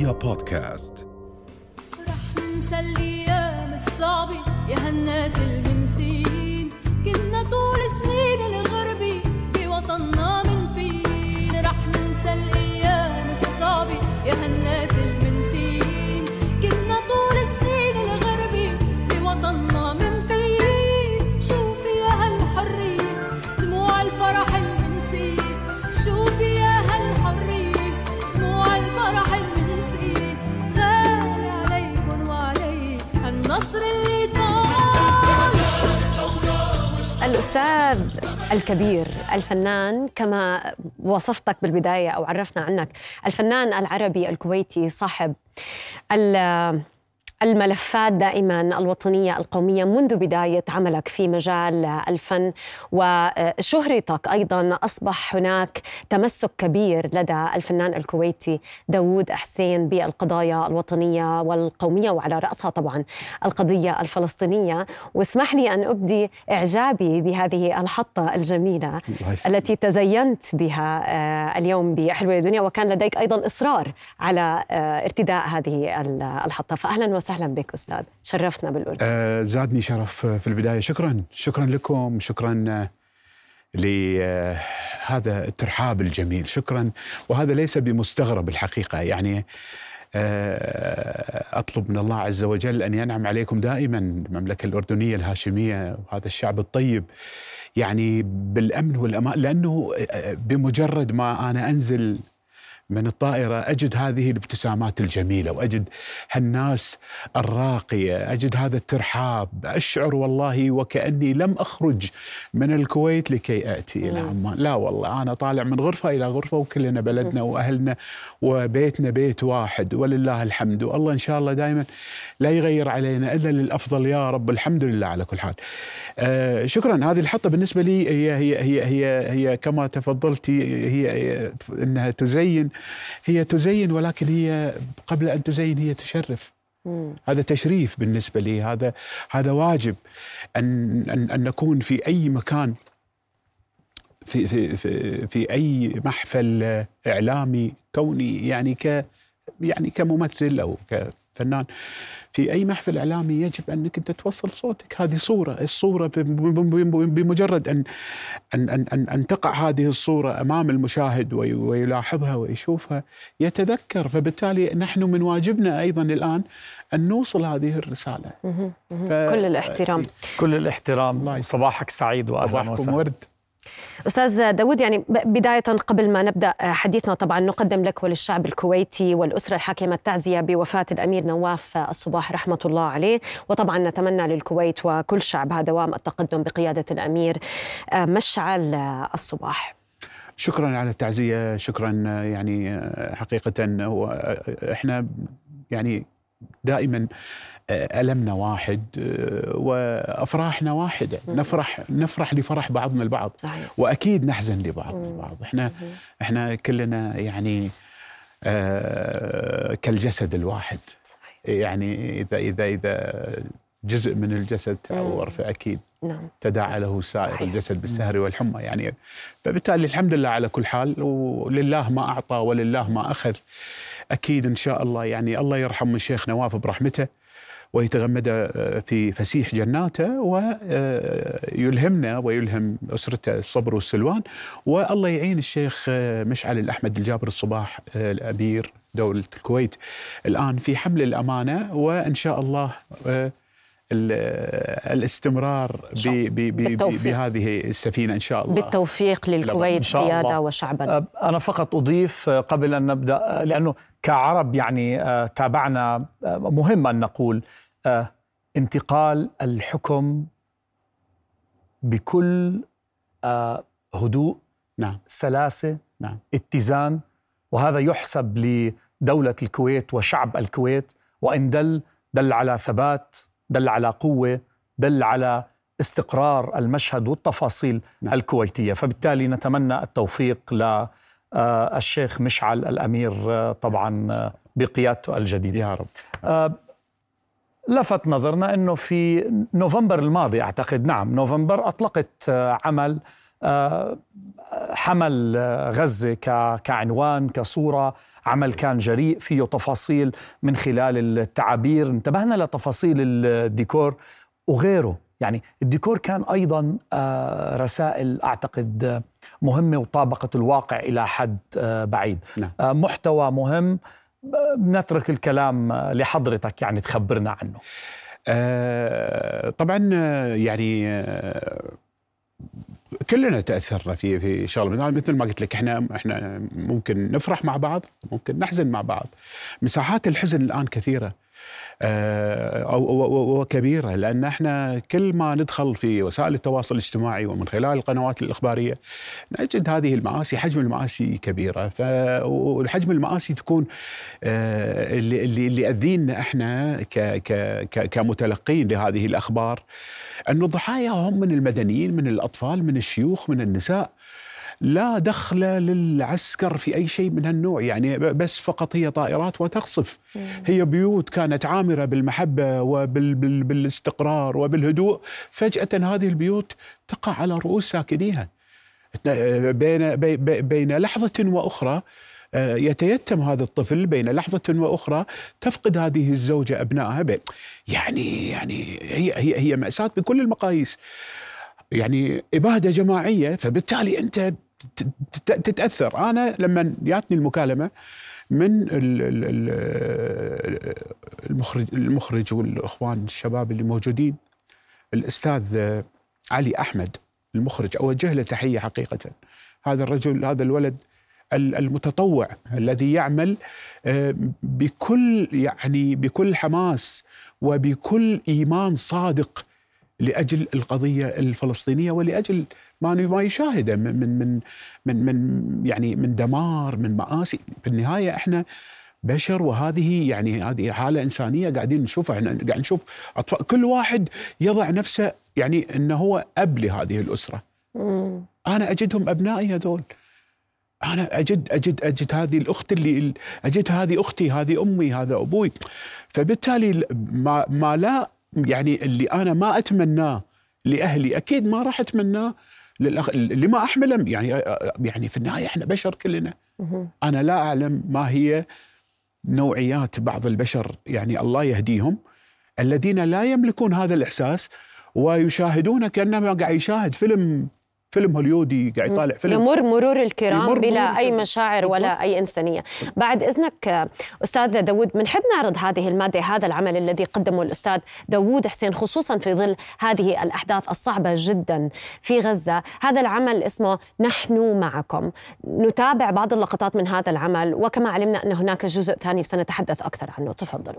رؤيا بودكاست. رح ننسى الأيام الصعبة يا هالناس المنسين، كنا طول سنين الغربة بوطننا من فين. رح ننسى الأيام الصعبة يا هالناس المنسين، كنا طول سنين الغربة بوطننا من فين. شوفي يا هالحرية دموع الفرح المنسي، شوفي يا هالحرية دموع الفرح المنسي. غالي عليكن وعلي هالنصر اللي طال. الأستاذ الكبير الفنان، كما وصفتك بالبداية أو عرفنا عنك، الفنان العربي الكويتي صاحب الملفات دائما الوطنية القومية منذ بداية عملك في مجال الفن وشهرتك. أيضا أصبح هناك تمسك كبير لدى الفنان الكويتي داود حسين بالقضايا الوطنية والقومية، وعلى رأسها طبعا القضية الفلسطينية. واسمح لي أن أبدي إعجابي بهذه الحطة الجميلة التي تزينت بها اليوم بحلوة الدنيا، وكان لديك أيضا إصرار على ارتداء هذه الحطة. فأهلا وسهلا بك أستاذ، شرفتنا بالأردن. زادني شرف في البداية. شكرا لكم، شكرا لهذا الترحاب الجميل، شكرا. وهذا ليس بمستغرب الحقيقة، يعني أطلب من الله عز وجل أن ينعم عليكم دائما المملكة الأردنية الهاشمية وهذا الشعب الطيب، يعني بالأمن والأمان، لأنه بمجرد ما أنا أنزل من الطائرة أجد هذه الابتسامات الجميلة، وأجد هالناس الراقية، أجد هذا الترحاب، أشعر والله وكأني لم أخرج من الكويت لكي أتي إلى عمان. لا والله، أنا طالع من غرفة إلى غرفة، وكلنا بلدنا وأهلنا وبيتنا بيت واحد ولله الحمد. والله إن شاء الله دائما لا يغير علينا إلا للأفضل يا رب. الحمد لله على كل حال. شكرا. هذه الحطة بالنسبة لي هي كما تفضلتي، هي إنها تزين، ولكن هي قبل أن تزين هي تشرف. هذا تشريف بالنسبة لي، هذا واجب أن نكون في أي مكان، في أي محفل إعلامي كوني، يعني كممثل أو كفنان في أي محفل إعلامي يجب أنك أنت توصل صوتك. هذه الصورة بمجرد أن تقع هذه الصورة أمام المشاهد ويلاحظها ويشوفها يتذكر. فبالتالي نحن من واجبنا أيضا الآن أن نوصل هذه الرسالة. كل الاحترام. كل الاحترام. صباحك سعيد وأهلا وسهلا. ورد. أستاذ داود، يعني بداية قبل ما نبدأ حديثنا طبعا نقدم لك وللشعب الكويتي والأسرة الحاكمة التعزية بوفاة الأمير نواف الصباح رحمة الله عليه، وطبعا نتمنى للكويت وكل شعبها دوام التقدم بقيادة الأمير مشعل الصباح. شكرا على التعزية، شكرا. يعني حقيقة هو إحنا يعني دائما ألمنا واحد وأفراحنا واحدة. نفرح لفرح بعضنا البعض، وأكيد نحزن لبعضنا البعض. إحنا كلنا يعني كالجسد الواحد. يعني إذا جزء من الجسد تعور فأكيد تداعى له سائر الجسد بالسهر والحمى. يعني فبالتالي الحمد لله على كل حال، ولله ما أعطى ولله ما أخذ. أكيد إن شاء الله يعني الله يرحم الشيخ نواف برحمته ويتغمد في فسيح جناته، ويلهمنا ويلهم أسرته الصبر والسلوان. والله يعين الشيخ مشعل الأحمد الجابر الصباح الأمير دولة الكويت الآن في حمل الأمانة، وإن شاء الله الاستمرار بهذه السفينة إن شاء الله. بالتوفيق للكويت قيادة وشعبا. أنا فقط أضيف قبل أن نبدأ، لأنه كعرب يعني تابعنا، مهم أن نقول انتقال الحكم بكل هدوء، سلاسة، اتزان، وهذا يحسب لدولة الكويت وشعب الكويت. وإن دل على ثبات، دل على قوة، دل على استقرار المشهد والتفاصيل الكويتية. فبالتالي نتمنى التوفيق للشيخ مشعل الأمير طبعا بقيادته الجديدة يا رب. لفت نظرنا أنه في نوفمبر الماضي، أعتقد نوفمبر، أطلقت حمل غزة كعنوان، كصورة عمل كان جريء فيه تفاصيل من خلال التعابير، انتبهنا لتفاصيل الديكور وغيره. يعني الديكور كان أيضا رسائل أعتقد مهمة وطابقت الواقع إلى حد بعيد. نعم. محتوى مهم، نترك الكلام لحضرتك يعني تخبرنا عنه. طبعا يعني كلنا تأثرنا في شغله، مثل ما قلت لك احنا ممكن نفرح مع بعض، ممكن نحزن مع بعض. مساحات الحزن الآن كثيرة أو كبيرة، لأن احنا كل ما ندخل في وسائل التواصل الاجتماعي ومن خلال القنوات الإخبارية نجد هذه المآسي، حجم المآسي كبيرة. والحجم المآسي تكون اللي يأذينا احنا كمتلقين لهذه الأخبار، أن الضحايا هم من المدنيين، من الأطفال، من الشيوخ، من النساء. لا دخل للعسكر في أي شيء من هالنوع، يعني بس فقط هي طائرات وتقصف. هي بيوت كانت عامرة بالمحبة وبالاستقرار وبالهدوء، فجأة هذه البيوت تقع على رؤوس ساكنيها. بين لحظة وأخرى يتيتم هذا الطفل، بين لحظة وأخرى تفقد هذه الزوجة أبنائها. يعني هي مأساة بكل المقاييس، يعني إبادة جماعية. فبالتالي أنت تتأثر. أنا لما جاتني المكالمة من المخرج والإخوان الشباب اللي موجودين، الأستاذ علي أحمد المخرج، أوجه له تحية حقيقة. هذا الرجل، هذا الولد المتطوع الذي يعمل بكل حماس وبكل إيمان صادق لأجل القضية الفلسطينية ولأجل ما يشاهده من دمار، من مآسي. في النهاية احنا بشر، وهذه هذه حالة إنسانية قاعدين نشوفها. احنا قاعد نشوف أطفال، كل واحد يضع نفسه انه هو أب لهذه الأسرة. أنا أجدهم أبنائي هذول، أنا أجد هذه الأخت اللي أجدها، هذه أختي، هذه أمي، هذا أبوي. فبالتالي ما لا اللي أنا ما أتمناه لأهلي أكيد ما راح أتمناه اللي ما أحمله. يعني في النهاية إحنا بشر كلنا. أنا لا أعلم ما هي نوعيات بعض البشر، الله يهديهم، الذين لا يملكون هذا الإحساس ويشاهدون كأنما قاعد يشاهد فيلم هوليودي، قاعد يطالع فيلم. يمر مرور الكرام بلا أي مشاعر ولا أي إنسانية. بعد إذنك أستاذ داود، بنحب نعرض هذه المادة، هذا العمل الذي قدمه الأستاذ داود حسين، خصوصا في ظل هذه الأحداث الصعبة جدا في غزة. هذا العمل اسمه نحن معكم. نتابع بعض اللقطات من هذا العمل، وكما علمنا أن هناك جزء ثاني سنتحدث أكثر عنه. تفضلوا.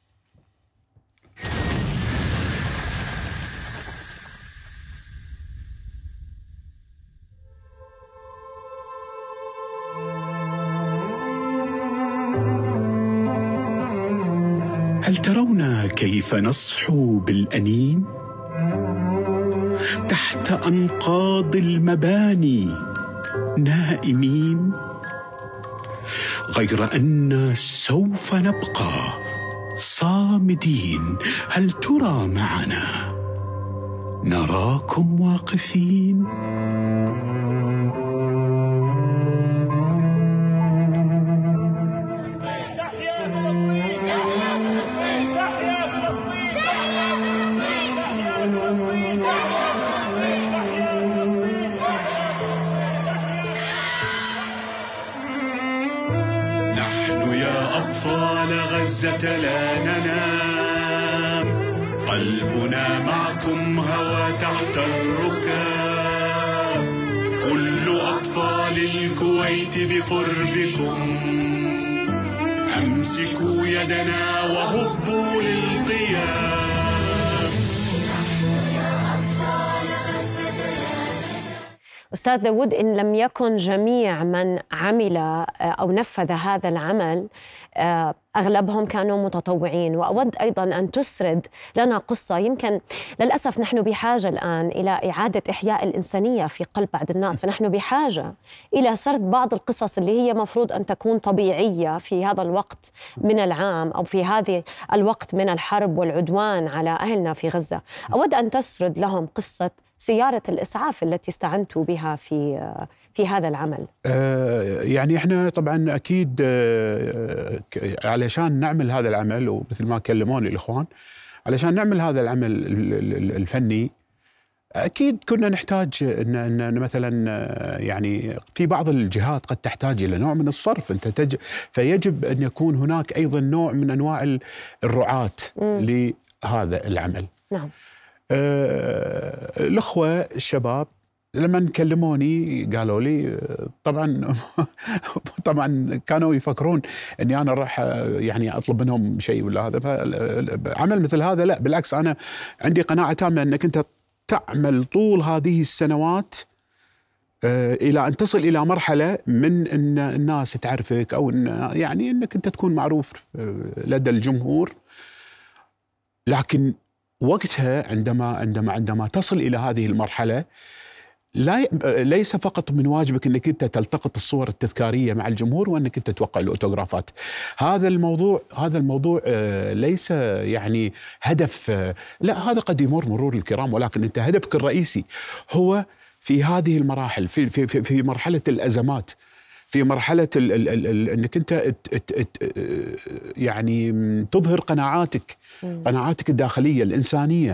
هل ترون كيف نصحو بالأنين تحت أنقاض المباني نائمين؟ غير أن سوف نبقى صامدين. هل ترى معنا نراكم واقفين؟ غزة لا ننام، قلبنا معكم هوى تحت الركاب. كل أطفال الكويت بقربكم، أمسكوا يدنا وهبوا للقيام. أستاذ داود، إن لم يكن جميع من عمل أو نفذ هذا العمل أغلبهم كانوا متطوعين، وأود أيضا أن تسرد لنا قصة. يمكن للأسف نحن بحاجة الآن إلى إعادة إحياء الإنسانية في قلب بعض الناس، فنحن بحاجة إلى سرد بعض القصص اللي هي مفروض أن تكون طبيعية في هذا الوقت من العام أو في هذا الوقت من الحرب والعدوان على أهلنا في غزة. أود أن تسرد لهم قصة سيارة الإسعاف التي استعنتوا بها في في هذا العمل؟ يعني احنا طبعا اكيد علشان نعمل هذا العمل، ومثل ما كلموني الاخوان، علشان نعمل هذا العمل الفني اكيد كنا نحتاج ان مثلا يعني في بعض الجهات قد تحتاج الى نوع من الصرف، فيجب ان يكون هناك ايضا نوع من انواع الرعاة لهذا العمل. نعم. الاخوه الشباب لما كلموني قالوا لي طبعا كانوا يفكرون اني انا راح يعني اطلب منهم شيء ولا هذا، فعمل مثل هذا لا بالعكس، انا عندي قناعه تامه انك انت تعمل طول هذه السنوات الى ان تصل الى مرحله من ان الناس تعرفك، او إن يعني انك انت تكون معروف لدى الجمهور، لكن وقتها عندما تصل الى هذه المرحله ليس فقط من واجبك انك انت تلتقط الصور التذكاريه مع الجمهور وانك انت توقع الاوتوغرافات. هذا الموضوع ليس يعني هدف، لا هذا قد يمر مرور الكرام، ولكن انت هدفك الرئيسي هو في هذه المراحل، في مرحله الازمات، في مرحله انك انت يعني تظهر قناعاتك الداخليه الانسانيه.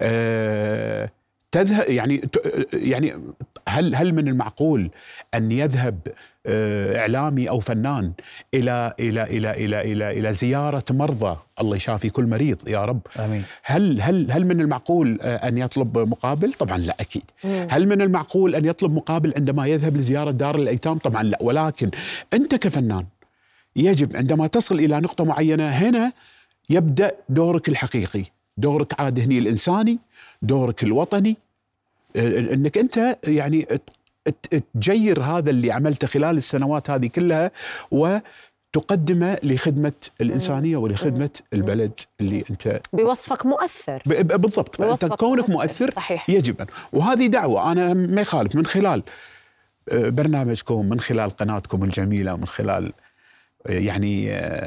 تذهب يعني هل من المعقول ان يذهب اعلامي او فنان الى الى الى الى الى الى زياره مرضى، الله يشافي كل مريض يا رب، آمين. هل من المعقول ان يطلب مقابل؟ طبعا لا اكيد. هل من المعقول ان يطلب مقابل عندما يذهب لزياره دار الايتام؟ طبعا لا. ولكن انت كفنان يجب عندما تصل الى نقطه معينه، هنا يبدا دورك الحقيقي، دورك عاد هني الانساني، دورك الوطني، انك انت يعني تجير هذا اللي عملته خلال السنوات هذه كلها وتقدمه لخدمه الانسانيه ولخدمه البلد اللي انت بوصفك مؤثر. بالضبط، انت كونك مؤثر صحيح. يجب وهذه دعوه انا ما يخالف من خلال برنامجكم، من خلال قناتكم الجميله، من خلال يعني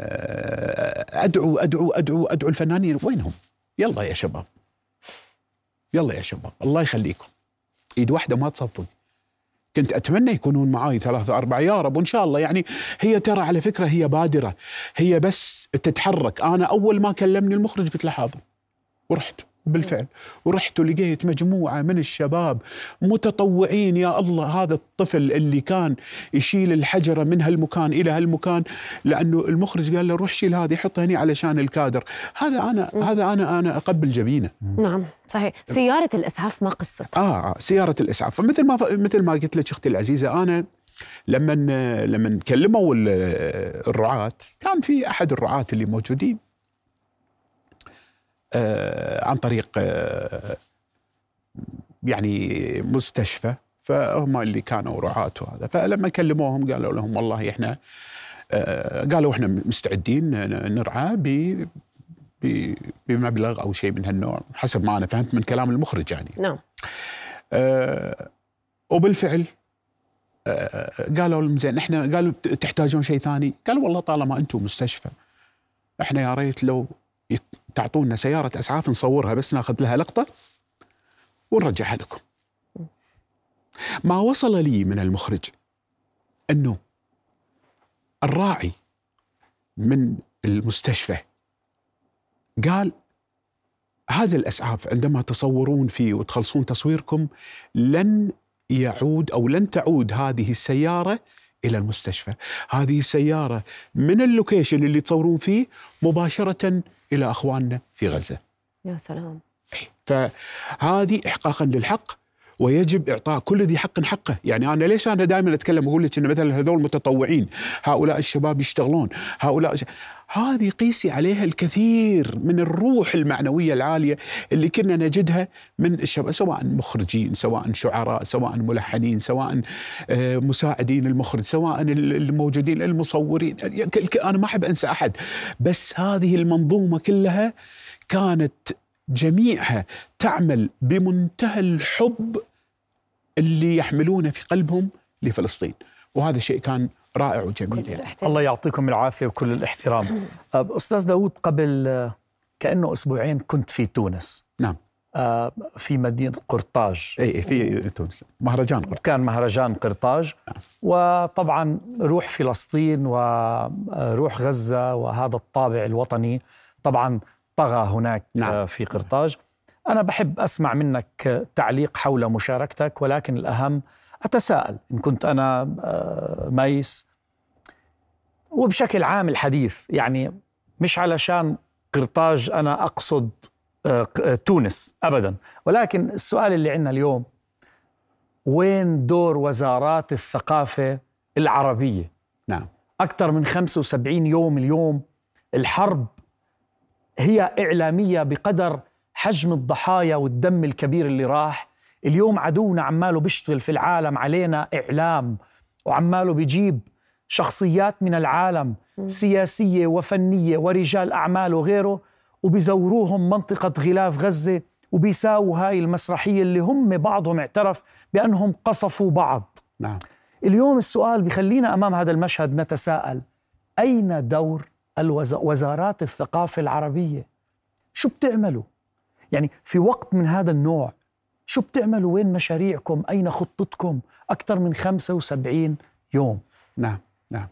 ادعو الفنانين، وينهم؟ يلا يا شباب، يلا يا شباب، الله يخليكم، ايد واحده ما تصفق. كنت اتمنى يكونون معاي 3 4 يا رب، وان شاء الله. يعني هي ترى على فكره هي بادره، هي بس تتحرك. انا اول ما كلمني المخرج قلت له حاضر، ورحت بالفعل، ورحت ولقيت مجموعه من الشباب متطوعين. يا الله، هذا الطفل اللي كان يشيل الحجره من هالمكان الى هالمكان، لانه المخرج قال له روح شيل هذه حطها هنا علشان الكادر. هذا انا اقبل جبينه. نعم صحيح. سياره الاسعاف ما قصتها؟ سياره الاسعاف مثل ما قلت لك اختي العزيزه، انا لما كلموا الرعاة، كان في احد الرعاة اللي موجودين عن طريق يعني مستشفى، فهم اللي كانوا رعاة وهذا. فلما كلموهم قالوا لهم والله احنا قالوا احنا مستعدين نرعى بمبلغ او شيء من هالنوع، حسب ما انا فهمت من كلام المخرج يعني. نعم. وبالفعل قالوا لهم زين، احنا قالوا تحتاجون شيء ثاني؟ قالوا والله طالما انتم مستشفى احنا يا ريت لو تعطونا سيارة اسعاف نصورها، بس ناخذ لها لقطة ونرجعها لكم. ما وصل لي من المخرج انه الراعي من المستشفى قال هذا الاسعاف عندما تصورون فيه وتخلصون تصويركم لن تعود هذه السيارة إلى المستشفى. هذه السيارة من اللوكيشن اللي تصورون فيه مباشرة إلى أخواننا في غزة. يا سلام. فهذه إحقاقا للحق، ويجب إعطاء كل ذي حق حقه. يعني أنا ليش أنا دائما أتكلم وأقول لك إن مثلا هذول متطوعين، هؤلاء الشباب يشتغلون، هذه قيسي عليها الكثير من الروح المعنوية العالية اللي كنا نجدها من الشباب، سواء مخرجين، سواء شعراء، سواء ملحنين، سواء مساعدين المخرج، سواء الموجودين المصورين. أنا ما أحب أنسى أحد، بس هذه المنظومة كلها كانت جميعها تعمل بمنتهى الحب اللي يحملونه في قلبهم لفلسطين، وهذا شيء كان رائع وجميل يعني. الله يعطيكم العافية وكل الاحترام. أستاذ داود، قبل كأنه أسبوعين كنت في تونس. نعم. في مدينة قرطاج. اي في تونس مهرجان قرطاج، كان مهرجان قرطاج. وطبعا روح فلسطين وروح غزة وهذا الطابع الوطني طبعا طغى هناك في قرطاج. أنا بحب أسمع منك تعليق حول مشاركتك، ولكن الأهم أتساءل إن كنت أنا ميس وبشكل عام الحديث، يعني مش علشان قرطاج أنا أقصد تونس أبدا، ولكن السؤال اللي عندنا اليوم: وين دور وزارات الثقافة العربية؟ نعم. أكثر من 75 يوم اليوم الحرب هي إعلامية بقدر حجم الضحايا والدم الكبير اللي راح. اليوم عدونا عماله بيشتغل في العالم علينا إعلام، وعماله بيجيب شخصيات من العالم سياسية وفنية ورجال أعمال وغيره، وبيزوروهم منطقة غلاف غزة وبيساووا هاي المسرحية اللي هم بعضهم اعترف بأنهم قصفوا بعض. نعم. اليوم السؤال بيخلينا أمام هذا المشهد نتساءل: أين دور وزارات الثقافة العربية؟ شو بتعملوا؟ يعني في وقت من هذا النوع شو بتعملوا؟ وين مشاريعكم؟ أين خطتكم؟ أكثر من 75 يوم. نعم نعم.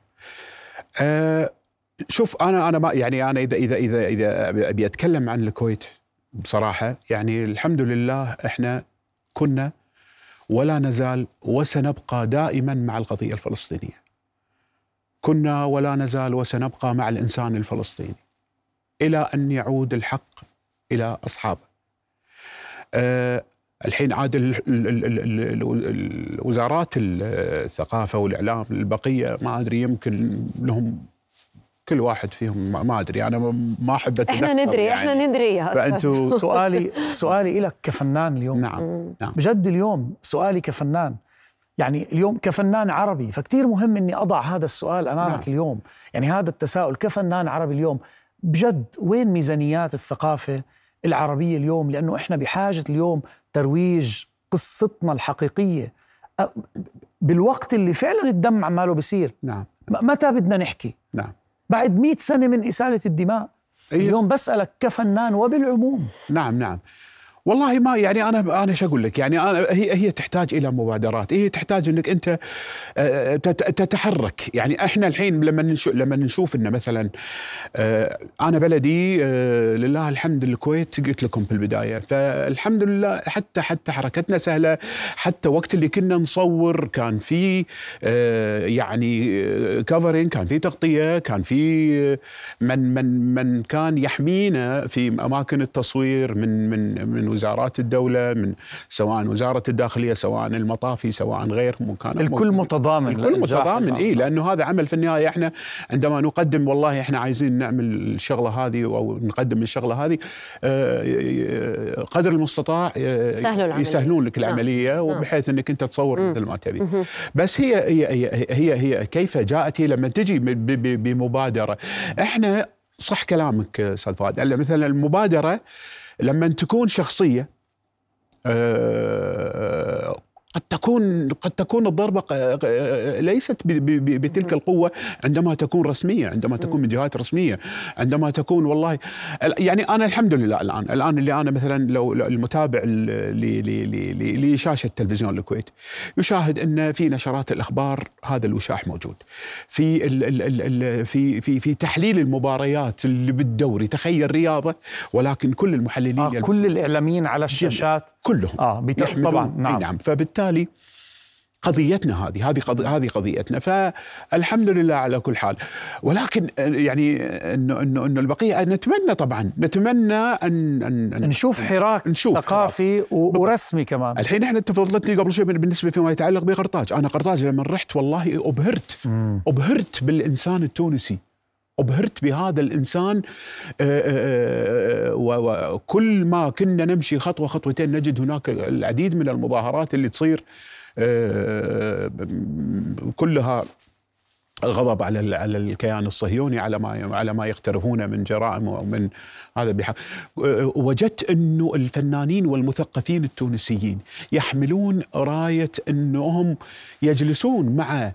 شوف أنا ما يعني أنا إذا أبي أتكلم عن الكويت بصراحة، يعني الحمد لله إحنا كنا ولا نزال وسنبقى دائما مع القضية الفلسطينية. كنا ولا نزال وسنبقى مع الإنسان الفلسطيني إلى أن يعود الحق إلى أصحابه. الحين عاد وزارات الثقافة والإعلام البقية ما أدري، يمكن لهم كل واحد فيهم ما أدري، أنا ما أحب أتدخل. إحنا ندري يعني. إحنا ندري يا فأنتوا سؤالي لك كفنان اليوم. نعم. بجد اليوم سؤالي كفنان، يعني اليوم كفنان عربي، فكتير مهم أني أضع هذا السؤال أمامك اليوم. يعني هذا التساؤل كفنان عربي اليوم بجد: وين ميزانيات الثقافة العربية اليوم؟ لأنه إحنا بحاجة اليوم ترويج قصتنا الحقيقية بالوقت اللي فعلا الدم عماله بيصير. نعم. متى بدنا نحكي؟ نعم. بعد 100 سنة من إسالة الدماء. اليوم بسألك كفنان وبالعموم. نعم. والله ما يعني أنا شو أقول لك، يعني هي تحتاج إلى مبادرات، هي تحتاج إنك أنت تتحرك. يعني إحنا الحين لما نشوف إن مثلا أنا بلدي لله الحمد الكويت، قلت لكم في البداية، فالحمد لله حتى حركتنا سهلة. حتى وقت اللي كنا نصور كان في يعني كفرين، كان في تغطية، كان في من كان يحمينا في أماكن التصوير من وزارات الدولة، من سواء وزارة الداخلية، سواء المطافي، سواء غيرهم. الكل متضامن. الكل متضامن. لأنه هذا عمل في النهاية. إحنا عندما نقدم والله إحنا عايزين نعمل الشغلة هذه أو نقدم الشغلة هذه، قدر المستطاع يسهلون لك العملية، وبحيث أنك أنت تصور مثل ما تبي. بس هي كيف جاءت؟ هي لما تجي بمبادرة. إحنا صح كلامك أستاذ فؤاد، مثلا المبادرة لما تكون شخصية قد تكون الضربة ليست بتلك القوة عندما تكون رسمية، عندما تكون من جهات رسمية، عندما تكون والله. يعني أنا الحمد لله الآن اللي أنا مثلا لو المتابع لشاشة تلفزيون الكويت يشاهد أن في نشرات الأخبار هذا الوشاح موجود في تحليل المباريات اللي بالدوري. تخيل رياضة، ولكن كل المحللين كل الإعلاميين على الشاشات كلهم طبعا. نعم. فبالتالي قضيتنا هذه قضيتنا، فالحمد لله على كل حال. ولكن يعني انه البقيه نتمنى ان نشوف حراك ثقافي ورسمي كمان. الحين احنا تفضلتني قبل شوي بالنسبه فيما يتعلق بقرطاج. انا قرطاج لما رحت والله ابهرت بالانسان التونسي، أبهرت بهذا الإنسان. وكل ما كنا نمشي خطوة خطوتين نجد هناك العديد من المظاهرات اللي تصير، كلها الغضب على الكيان الصهيوني، على ما يقترفون من جرائم ومن هذا وجدت أنه الفنانين والمثقفين التونسيين يحملون راية أنهم يجلسون مع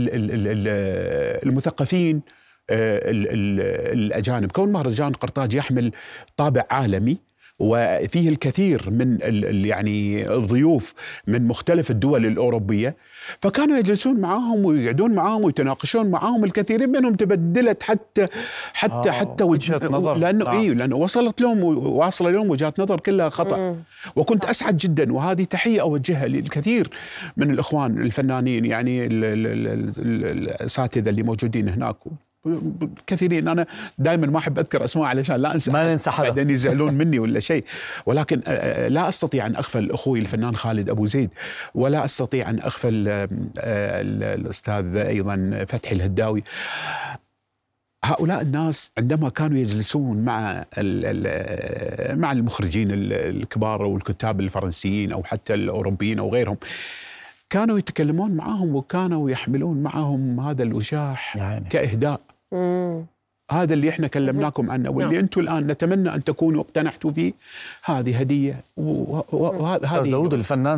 المثقفين الأجانب. كون مهرجان قرطاج يحمل طابع عالمي، وفيه الكثير من يعني الضيوف من مختلف الدول الأوروبية، فكانوا يجلسون معهم ويقعدون معهم ويتناقشون معهم. الكثيرين منهم تبدلت حتى وجهة نظر، لأنه واصل لهم وجهات نظر كلها خطأ. وكنت أسعد جدا، وهذه تحية أوجهها للكثير من الإخوان الفنانين، يعني الأساتذة اللي موجودين هناك كثيرين. أنا دائما ما أحب أذكر أسماء علشان لا أنسى، ما ننسى حدا بعدين يزعلون مني ولا شيء، ولكن لا أستطيع أن أغفل أخوي الفنان خالد أبو زيد، ولا أستطيع أن أغفل الأستاذ أيضا فتحي الهداوي. هؤلاء الناس عندما كانوا يجلسون مع المخرجين الكبار والكتاب الفرنسيين أو حتى الأوروبيين أو غيرهم، كانوا يتكلمون معهم وكانوا يحملون معهم هذا الوشاح يعني كإهداء. هذا اللي احنا كلمناكم عنه واللي انتم الآن نتمنى أن تكونوا اقتنعتوا فيه. هذه هدية. أستاذ داود الفنان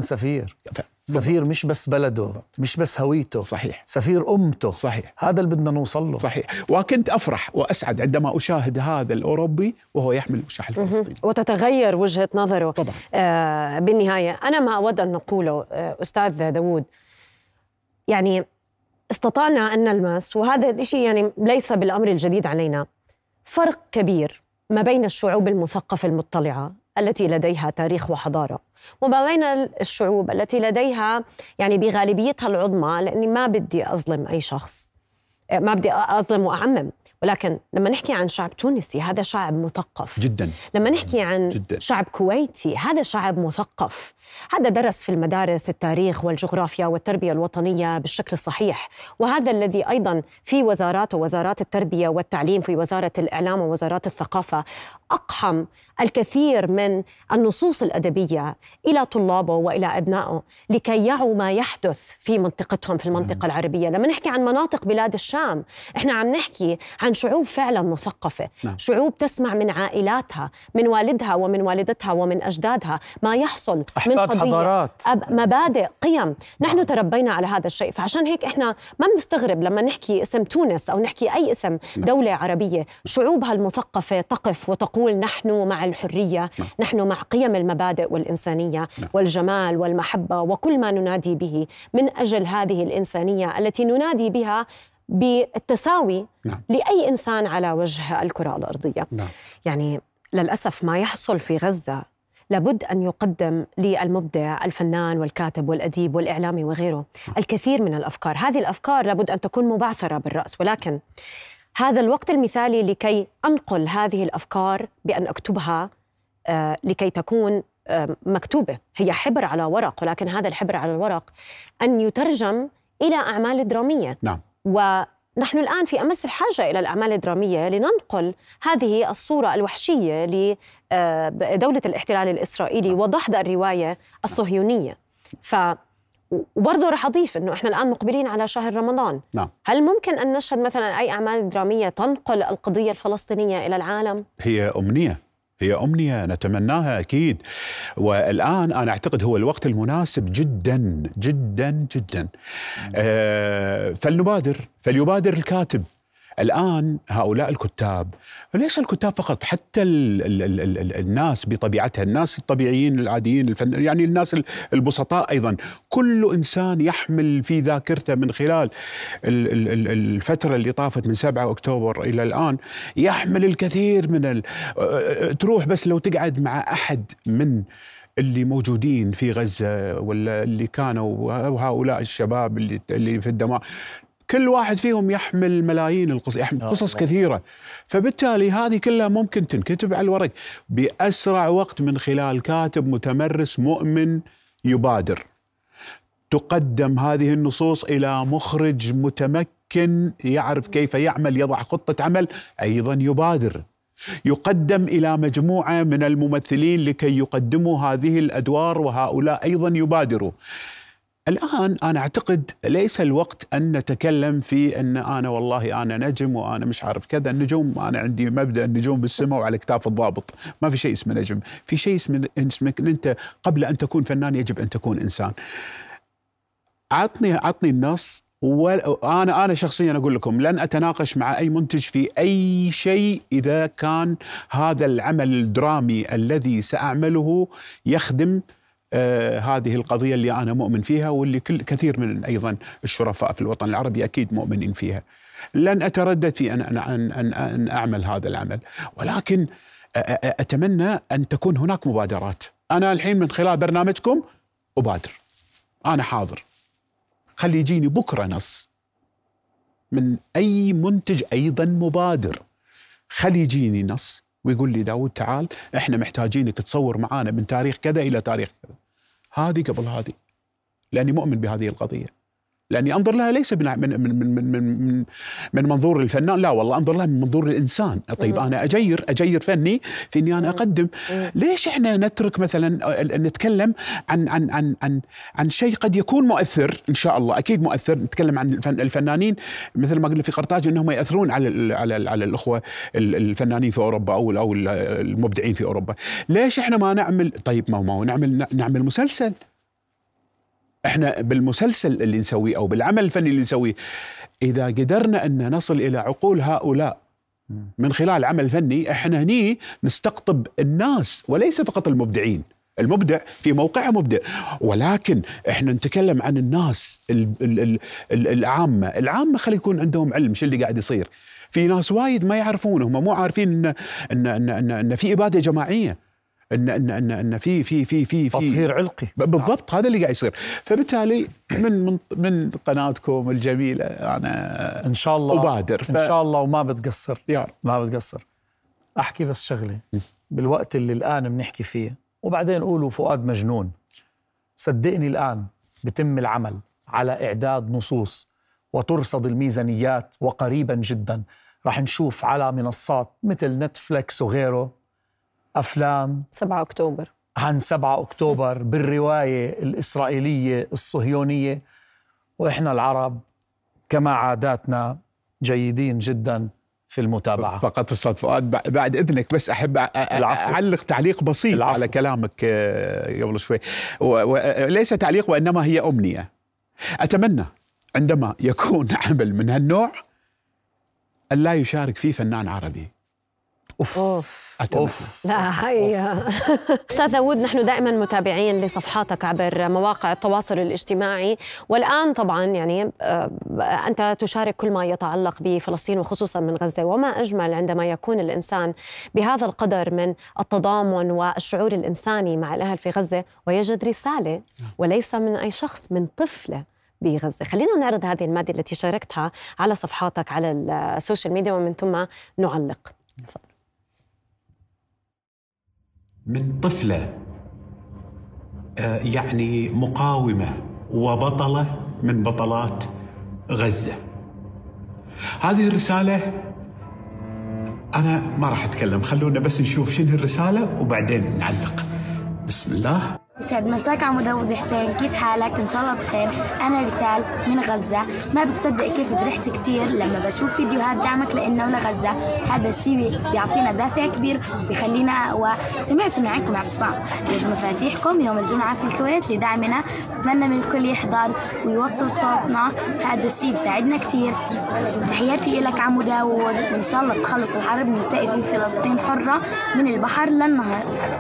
سفير مش بس بلده، مش بس هويته، صحيح، سفير أمته، صحيح، هذا اللي بدنا نوصل له. صحيح. وكنت أفرح وأسعد عندما أشاهد هذا الأوروبي وهو يحمل وشاح الفلسطيني وتتغير وجهة نظره طبعا. بالنهاية أنا ما أود أن نقوله أستاذ داود، يعني استطعنا أن نلمس، وهذا الشيء يعني ليس بالأمر الجديد علينا، فرق كبير ما بين الشعوب المثقفة المطلعة التي لديها تاريخ وحضارة، وما بين الشعوب التي لديها يعني بغالبيتها العظمى، لأني ما بدي أظلم أي شخص، ما بدي أظلم وأعمم، ولكن لما نحكي عن شعب تونسي هذا شعب مثقف جدا. لما نحكي عن جداً. شعب كويتي هذا شعب مثقف، هذا درس في المدارس التاريخ والجغرافيا والتربية الوطنية بالشكل الصحيح، وهذا الذي أيضاً في وزارات التربية والتعليم، في وزارة الإعلام ووزارات الثقافة، أقحم الكثير من النصوص الأدبية إلى طلابه وإلى أبنائه لكي يعوا ما يحدث في منطقتهم في المنطقة العربية. لما نحكي عن مناطق بلاد الشام إحنا عم نحكي عن شعوب فعلا مثقفة، شعوب تسمع من عائلاتها، من والدها ومن والدتها ومن أجدادها ما يحصل من قضية، حضارات، مبادئ، قيم. نحن تربينا على هذا الشيء، فعشان هيك إحنا ما بنستغرب لما نحكي اسم تونس أو نحكي أي اسم دولة عربية شعوبها المثقفة تقف وتقول نحن مع الحرية، نحن مع قيم المبادئ والإنسانية والجمال والمحبة وكل ما ننادي به من أجل هذه الإنسانية التي ننادي بها بالتساوي لأي إنسان على وجه الكرة الأرضية. يعني للأسف ما يحصل في غزة لابد أن يقدم للمبدع الفنان والكاتب والأديب والإعلامي وغيره الكثير من الأفكار. هذه الأفكار لابد أن تكون مبعثرة بالرأس، ولكن هذا الوقت المثالي لكي أنقل هذه الأفكار بأن أكتبها لكي تكون مكتوبة، هي حبر على ورق، ولكن هذا الحبر على الورق أن يترجم إلى أعمال درامية. ونحن الآن في أمس الحاجة إلى الأعمال الدرامية لننقل هذه الصورة الوحشية لدولة الاحتلال الإسرائيلي ودحض الرواية الصهيونية. وبرضه رح أضيف أنه إحنا الآن مقبلين على شهر رمضان. هل ممكن أن نشهد مثلا أي أعمال درامية تنقل القضية الفلسطينية إلى العالم؟ هي أمنية نتمناها أكيد، والآن أنا أعتقد هو الوقت المناسب جدا جدا جدا. فليبادر الكاتب الآن. هؤلاء الكتاب، ليس الكتاب فقط، حتى الناس بطبيعتها، الناس الطبيعيين العاديين، يعني الناس البسطاء أيضا، كل إنسان يحمل في ذاكرته من خلال الفترة اللي طافت من 7 أكتوبر إلى الآن، يحمل الكثير من تروح بس لو تقعد مع أحد من اللي موجودين في غزة ولا اللي كانوا، وهؤلاء الشباب اللي في الدمار، كل واحد فيهم يحمل ملايين القصص، يحمل قصص كثيرة. فبالتالي هذه كلها ممكن تنكتب على الورق بأسرع وقت من خلال كاتب متمرس مؤمن يبادر. تقدم هذه النصوص إلى مخرج متمكن يعرف كيف يعمل، يضع خطة عمل، أيضا يبادر. يقدم إلى مجموعة من الممثلين لكي يقدموا هذه الأدوار، وهؤلاء أيضا يبادروا. الآن أنا أعتقد ليس الوقت أن نتكلم في أن أنا والله أنا نجم وأنا مش عارف كذا. النجوم، أنا عندي مبدأ النجوم بالسماء وعلى كتاف الضابط، ما في شيء اسمه نجم، في شيء اسمك أنت قبل أن تكون فنان يجب أن تكون إنسان. عطني النص وأنا شخصيا أقول لكم لن أتناقش مع أي منتج في أي شيء إذا كان هذا العمل الدرامي الذي سأعمله يخدم هذه القضية اللي أنا مؤمن فيها، واللي كثير من أيضا الشرفاء في الوطن العربي أكيد مؤمنين فيها. لن أتردد في أن أعمل هذا العمل، ولكن أتمنى أن تكون هناك مبادرات. أنا الحين من خلال برنامجكم أبادر، أنا حاضر، خلي يجيني بكرة نص من أي منتج أيضا مبادر، خلي يجيني نص ويقول لي داود تعال إحنا محتاجينك تصور معانا من تاريخ كذا إلى تاريخ كذا، هذه قبل هذه، لأني مؤمن بهذه القضية، لأني أنظر لها ليس من منظور الفنان، لا والله أنظر لها من منظور الإنسان. طيب أنا أجير فني في إني أنا أقدم، ليش إحنا نترك مثلا نتكلم عن شيء قد يكون مؤثر إن شاء الله، أكيد مؤثر، نتكلم عن الفنانين مثل ما قلنا في قرطاج أنهم يأثرون على الأخوة الفنانين في أوروبا أو المبدعين في أوروبا. ليش إحنا ما نعمل؟ طيب ما نعمل مسلسل. احنا بالمسلسل اللي نسويه او بالعمل الفني اللي نسويه، اذا قدرنا ان نصل الى عقول هؤلاء من خلال عمل فني، احنا هني نستقطب الناس وليس فقط المبدعين. المبدع في موقعه مبدع، ولكن احنا نتكلم عن الناس العامة خلي يكون عندهم علم شو اللي قاعد يصير. في ناس وايد ما يعرفون، هم مو عارفين ان في إبادة جماعية، ان في تطهير علقي. بالضبط، هذا اللي قاعد يصير. فبالتالي من قناتكم الجميله انا ان شاء الله ابادر ان شاء الله، وما بتقصر يا ما بتقصر. احكي بس شغله بالوقت اللي الان بنحكي فيه، وبعدين قولوا فؤاد مجنون. صدقني الان بتم العمل على اعداد نصوص وترصد الميزانيات، وقريبا جدا راح نشوف على منصات مثل نتفليكس وغيره أفلام 7 أكتوبر عن 7 أكتوبر بالرواية الإسرائيلية الصهيونية. وإحنا العرب كما عاداتنا جيدين جدا في المتابعة. فقط أستاذ فؤاد بعد إذنك بس أحب أعلق تعليق بسيط على كلامك قبل شوي، وليس تعليق وإنما هي أمنية. أتمنى عندما يكون عمل من هالنوع أن لا يشارك فيه فنان عربي. أوف. لا هي أستاذ داود، نحن دائما متابعين لصفحاتك عبر مواقع التواصل الاجتماعي، والآن طبعا يعني أنت تشارك كل ما يتعلق بفلسطين وخصوصا من غزة، وما أجمل عندما يكون الإنسان بهذا القدر من التضامن والشعور الإنساني مع الأهل في غزة ويجد رسالة وليس من أي شخص، من طفلة بغزة. خلينا نعرض هذه المادة التي شاركتها على صفحاتك على السوشيال ميديا ومن ثم نعلق. تفضل. من طفلة يعني مقاومة وبطلة من بطلات غزة. هذه الرسالة أنا ما راح أتكلم، خلونا بس نشوف شنو الرسالة وبعدين نعلق. بسم الله. يسعد مساك عمو داود حسين، كيف حالك؟ إن شاء الله بخير. أنا ريتال من غزة. ما بتصدق كيف فرحت كتير لما بشوف فيديوهات دعمك لإنه ولغزة. هذا الشيء بيعطينا دافع كبير وبيخلينا أقوى. سمعت من عندكم اعتصام، لازم مفاتيحكم يوم الجمعة في الكويت لدعمنا. بتمنى من الكل يحضر ويوصل صوتنا، هذا الشيء بيساعدنا كتير. تحياتي لك عمو داود، وإن شاء الله بتخلص الحرب نلتقي في فلسطين حرة من البحر للنهر.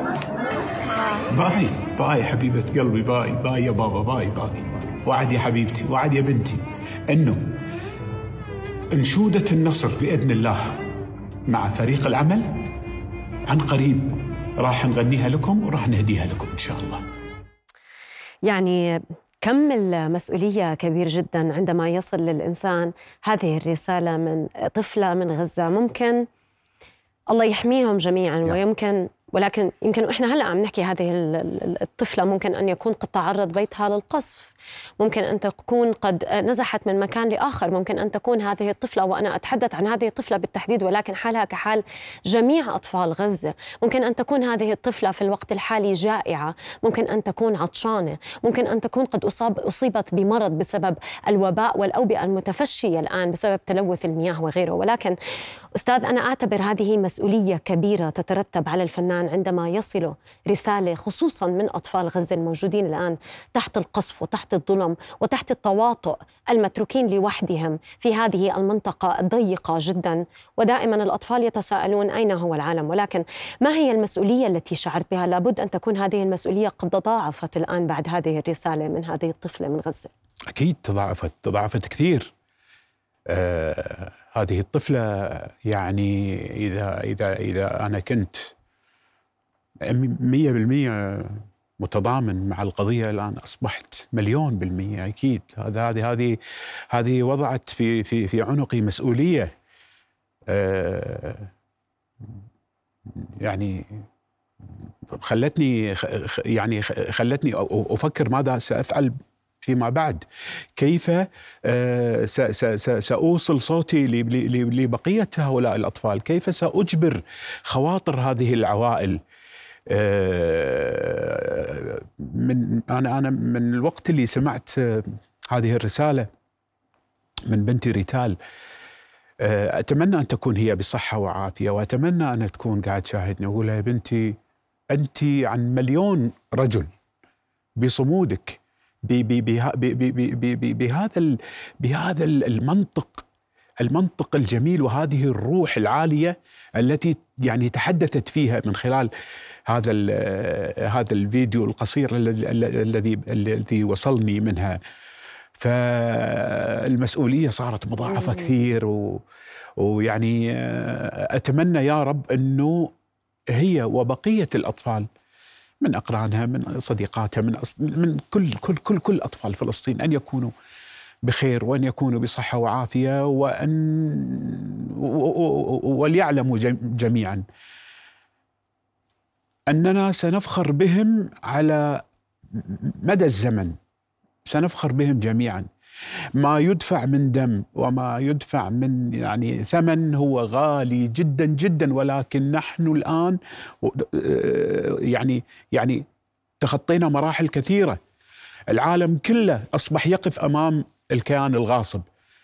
باي حبيبة قلبي، باي يا بابا، باي. وعد يا حبيبتي، وعد يا بنتي، إنه انشودة النصر بإذن الله مع فريق العمل عن قريب راح نغنيها لكم وراح نهديها لكم إن شاء الله. يعني كم المسؤولية كبير جدا عندما يصل للإنسان هذه الرسالة من طفلة من غزة. ممكن الله يحميهم جميعا، ولكن يمكن إحنا هلأ عم نحكي هذه الطفلة ممكن أن يكون قد تعرض بيتها للقصف، ممكن أن تكون قد نزحت من مكان لآخر، ممكن أن تكون هذه الطفلة، وأنا أتحدث عن هذه الطفلة بالتحديد ولكن حالها كحال جميع أطفال غزة، ممكن أن تكون هذه الطفلة في الوقت الحالي جائعة، ممكن أن تكون عطشانة، ممكن أن تكون قد أصيبت بمرض بسبب الوباء والأوبئة المتفشية الآن بسبب تلوث المياه وغيره. ولكن أستاذ، أنا أعتبر هذه مسؤولية كبيرة تترتب على الفنان عندما يصل رسالة خصوصا من أطفال غزة الموجودين الآن تحت القصف وتحت الظلم وتحت التواطؤ، المتروكين لوحدهم في هذه المنطقة الضيقة جدا. ودائما الأطفال يتساءلون أين هو العالم، ولكن ما هي المسؤولية التي شعرت بها؟ لابد أن تكون هذه المسؤولية قد تضاعفت الآن بعد هذه الرسالة من هذه الطفلة من غزة. أكيد تضاعفت كثير. هذه الطفلة يعني إذا أنا كنت 100% متضامن مع القضية، الآن أصبحت 1,000,000% أكيد. هذه وضعت في عنقي مسؤولية، يعني خلتني أفكر ماذا سأفعل فيما بعد، كيف سأوصل صوتي لبقية هؤلاء الأطفال، كيف سأجبر خواطر هذه العوائل. أنا من الوقت اللي سمعت هذه الرسالة من بنتي ريتال، أتمنى أن تكون هي بصحة وعافية، وأتمنى أن تكون قاعد تشاهدني. أقول لها يا بنتي، أنت عن 1,000,000 رجل بصمودك، بهذا المنطق الجميل وهذه الروح العالية التي يعني تحدثت فيها من خلال هذا الفيديو القصير الذي وصلني منها. فالمسؤولية صارت مضاعفة كثير، ويعني أتمنى يا رب أنه هي وبقية الأطفال من أقرانها، من صديقاتها، من كل أطفال فلسطين أن يكونوا بخير، وأن يكونوا بصحة وعافية، وليعلموا جميعا أننا سنفخر بهم على مدى الزمن، سنفخر بهم جميعا. ما يدفع من دم وما يدفع من يعني ثمن هو غالي جدا جدا، ولكن نحن الآن يعني تخطينا مراحل كثيرة. العالم كله أصبح يقف أمام الكيان الغاصب،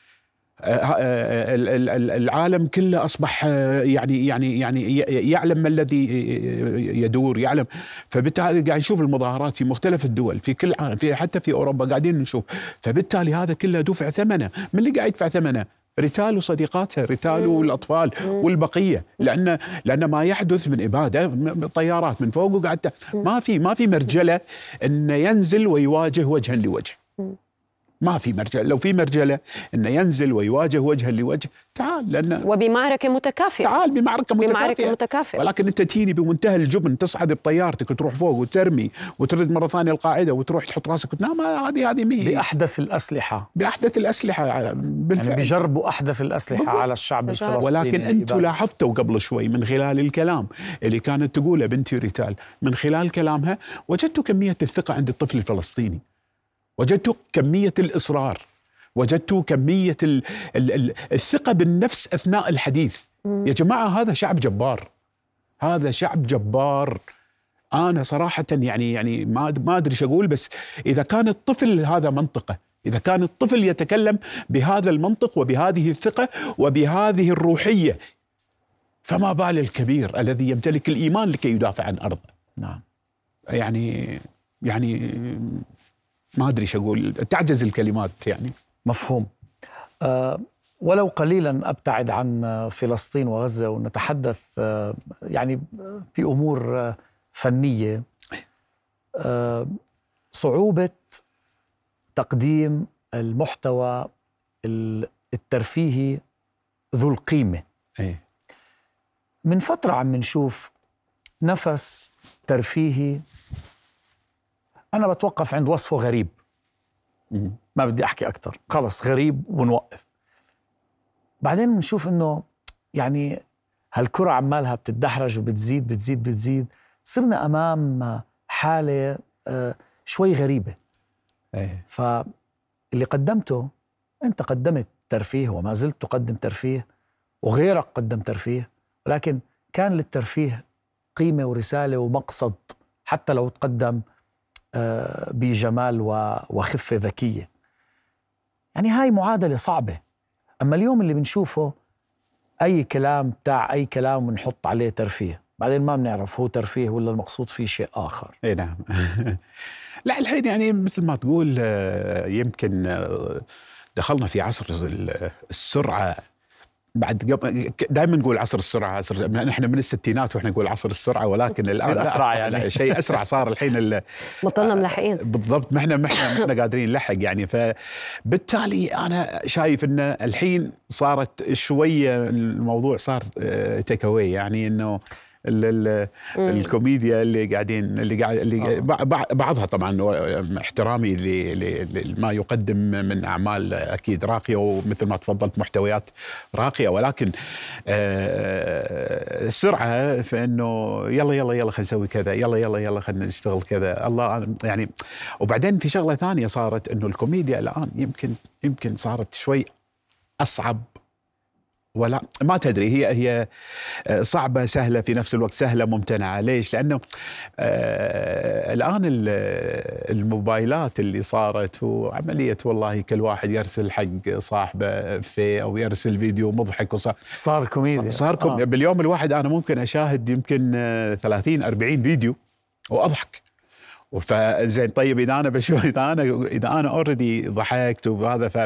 العالم كله أصبح يعني يعلم ما الذي يدور، يعلم. فبالتالي قاعد نشوف المظاهرات في مختلف الدول، في كل عام، حتى في أوروبا قاعدين نشوف. فبالتالي هذا كله دفع ثمنه. من اللي قاعد يدفع ثمنه؟ ريتال وصديقاتها، ريتال والأطفال والبقية، لأن ما يحدث من إبادة، طيارات من فوق وقاعد ما في مرجلة أن ينزل ويواجه وجها لوجه. ما في مرجلة. لو في مرجلة أنه ينزل ويواجه وجها لوجه، تعال، لأن وبمعركة متكافئة. تعال بمعركة متكافئة. ولكن أنت تيني بمنتهى الجبن، تصعد بطيارتك وتروح فوق وترمي وترد مرة ثانية القاعدة وتروح تحط راسك وتنام. هذه مي بأحدث الأسلحة بالفعل. يعني بيجربوا أحدث الأسلحة على الشعب الفلسطيني. ولكن أنتوا لاحظتوا قبل شوي من خلال الكلام اللي كانت تقوله بنتي ريتال، من خلال كلامها وجدتوا كمية الثقة عند الطفل الفلسطيني، وجدت كمية الإصرار، وجدت كمية الثقة بالنفس أثناء الحديث. يا جماعة، هذا شعب جبار، هذا شعب جبار. أنا صراحة يعني ما أدري شو أقول، بس إذا كان الطفل هذا منطقة، إذا كان الطفل يتكلم بهذا المنطق وبهذه الثقة وبهذه الروحية، فما بال الكبير الذي يمتلك الإيمان لكي يدافع عن أرضه. نعم. يعني ما أدري شو أقول، تعجز الكلمات يعني. مفهوم. ولو قليلا أبتعد عن فلسطين وغزة ونتحدث يعني بأمور فنية. صعوبة تقديم المحتوى الترفيهي ذو القيمة. من فترة عم نشوف نفس ترفيهي، أنا بتوقف عند وصفه غريب، ما بدي أحكي أكتر، خلص غريب ونوقف. بعدين بنشوف إنه يعني هالكرة عمالها بتتدحرج وبتزيد بتزيد بتزيد. صرنا أمام حالة شوي غريبة. فاللي قدمته، أنت قدمت ترفيه وما زلت تقدم ترفيه، وغيرك قدم ترفيه، ولكن كان للترفيه قيمة ورسالة ومقصد، حتى لو تقدم بجمال وخفة ذكية. يعني هاي معادلة صعبة. أما اليوم اللي بنشوفه أي كلام بتاع أي كلام ونحط عليه ترفيه، بعدين ما بنعرف هو ترفيه ولا المقصود فيه شيء آخر. نعم. لا الحين يعني مثل ما تقول يمكن دخلنا في عصر السرعة. بعد دائما نقول عصر السرعة، نحن من الستينات واحنا نقول عصر السرعة، ولكن الآن أسرع يعني شيء أسرع صار الحين. بطلنا ملحقين بالضبط، ما احنا قادرين نلحق يعني. فبالتالي أنا شايف إن الحين صارت شوية الموضوع صار تيك أواي، يعني إنه الكوميديا اللي بعضها طبعا احترامي لما يقدم من اعمال اكيد راقيه، ومثل ما تفضلت محتويات راقيه، ولكن السرعه في انه يلا يلا يلا خلينا نسوي كذا، يلا يلا يلا خلينا نشتغل كذا، الله يعني. وبعدين في شغله ثانيه صارت، انه الكوميديا الان يمكن صارت شوي اصعب، ولا ما تدري، هي صعبة سهلة في نفس الوقت، سهلة ممتنعة. ليش؟ لأنه الآن الموبايلات اللي صارت، وعملية والله كل واحد يرسل حق صاحبه في أو يرسل فيديو مضحك، صار كوميديا. باليوم الواحد أنا ممكن أشاهد يمكن 30-40 فيديو وأضحك. فزين طيب إذا أنا بشوف، إذا أنا أوريدي ضحكت وهذا،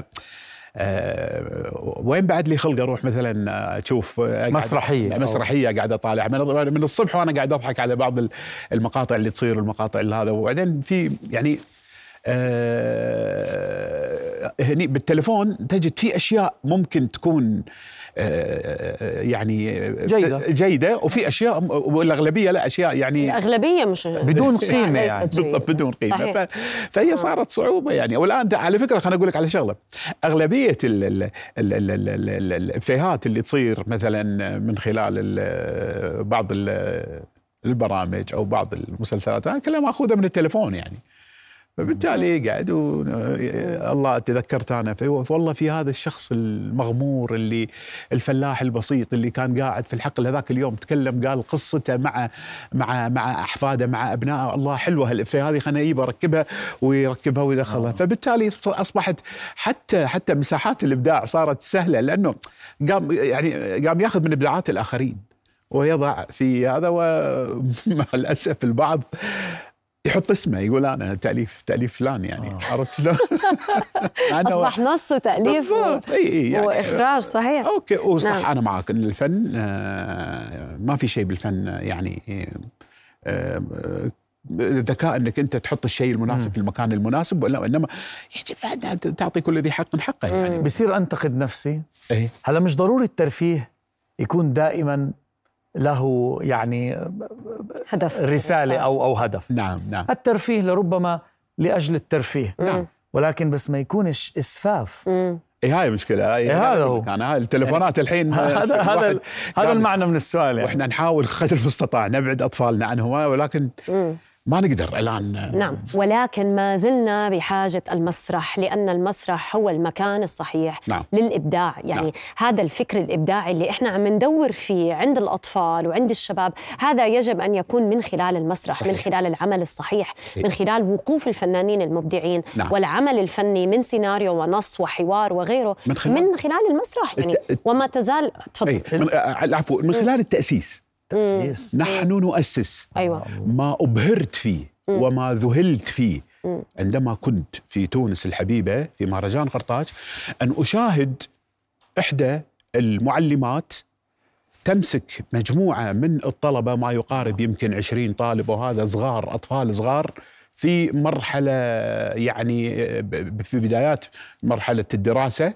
وين بعد لي خلق اروح مثلا اشوف مسرحيه قاعد اطالع من الصبح وانا قاعد اضحك على بعض المقاطع اللي تصير، والمقاطع اللي هذا. وبعدين في يعني هني بالتليفون تجد في اشياء ممكن تكون يعني جيدة، وفي أشياء، والأغلبية لا، أشياء يعني الأغلبية مش بدون قيمة يعني. بالضبط بدون قيمة. فهي صارت صعوبة يعني. والآن على فكرة خليني أقول لك على شغلة، أغلبية الإفيهات اللي تصير مثلا من خلال بعض البرامج أو بعض المسلسلات كلها مأخوذة من التليفون يعني. فبالتالي قاعد الله تذكرت أنا والله في هذا الشخص المغمور، اللي الفلاح البسيط اللي كان قاعد في الحقل هذاك اليوم، تكلم قال قصته مع أحفاده مع أبنائه. الله حلوة الإفيه هذه، خلنا أجيبها أركبها ويركبها ويدخلها. فبالتالي أصبحت حتى مساحات الإبداع صارت سهلة، لأنه قام يأخذ من إبداعات الآخرين ويضع في هذا. ومع الأسف البعض يحط اسمه، يقول أنا تأليف فلان يعني. عرفت شلون؟ أصبح نص وتأليف يعني وإخراج. صحيح. أوكي، وصح. نعم. أنا معك إن الفن ما في شيء بالفن يعني ذكاء إنك أنت تحط الشيء المناسب في المكان المناسب، وإنما يجب أن تعطي كل ذي حق حقه يعني. بصير أنتقد نفسي. هلا مش ضروري الترفيه يكون دائما له يعني هدف، رسالة أو هدف. نعم. الترفيه لربما لأجل الترفيه. نعم. ولكن بس ما يكونش إسفاف. هاي مشكلة. هذا هو. هاي التليفونات الحين هذا المعنى من السؤال يعني. وإحنا نحاول قدر المستطاع نبعد أطفالنا عنهما، ولكن ما نقدر الآن. نعم، ولكن ما زلنا بحاجة المسرح، لأن المسرح هو المكان الصحيح. نعم. للإبداع يعني. نعم. هذا الفكر الإبداعي اللي إحنا عم ندور فيه عند الأطفال وعند الشباب، هذا يجب أن يكون من خلال المسرح. صحيح. من خلال العمل الصحيح. من خلال وقوف الفنانين المبدعين. نعم. والعمل الفني من سيناريو ونص وحوار وغيره من خلال المسرح يعني. وما تزال العفو، من خلال التأسيس. نحن نؤسس. أيوة. ما أبهرت فيه وما ذهلت فيه عندما كنت في تونس الحبيبة في مهرجان قرطاج، أن أشاهد إحدى المعلمات تمسك مجموعة من الطلبة، ما يقارب يمكن 20 طالب، وهذا صغار، أطفال صغار في مرحلة يعني في بدايات مرحلة الدراسة،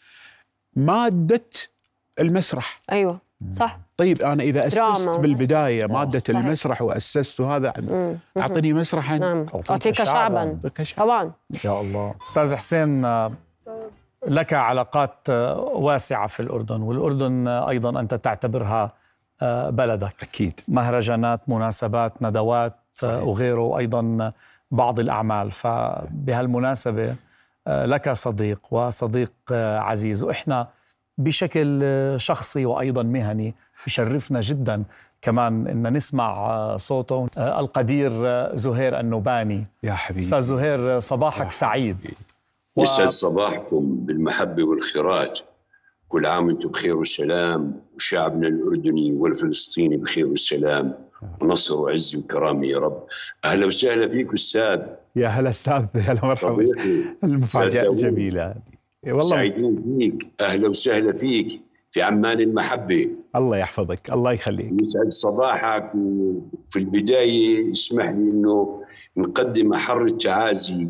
مادة المسرح. أيوة صح. طيب أنا إذا أسست بالبداية مادة المسرح وأسست هذا، أعطني مسرحا. نعم. أعطيك شعبا. طبعا. يا الله. أستاذ حسين، لك علاقات واسعة في الأردن، والأردن أيضا أنت تعتبرها بلدك. أكيد. مهرجانات، مناسبات، ندوات. صحيح. وغيره، وأيضا بعض الأعمال. فبهالمناسبة لك صديق وصديق عزيز، وإحنا بشكل شخصي وأيضا مهني بشرفنا جدا كمان إن نسمع صوته، القدير زهير النوباني. يا حبيبي أستاذ زهير، صباحك سعيد. يسعد صباحكم بالمحبة والخراج. كل عام وانتم بخير والسلام، وشعبنا الأردني والفلسطيني بخير والسلام ونصر وعز وكرامة يا رب. أهلا وسهلا فيك أستاذ. يا هلا أستاذ، هلا مرحبا. المفاجأة الجميلة والله، سعيدين فيك. أهلا وسهلا فيك في عمان المحبة. الله يحفظك، الله يخليك، يسعد صباحك. وفي البداية اسمح لي أنه نقدم أحر التعازي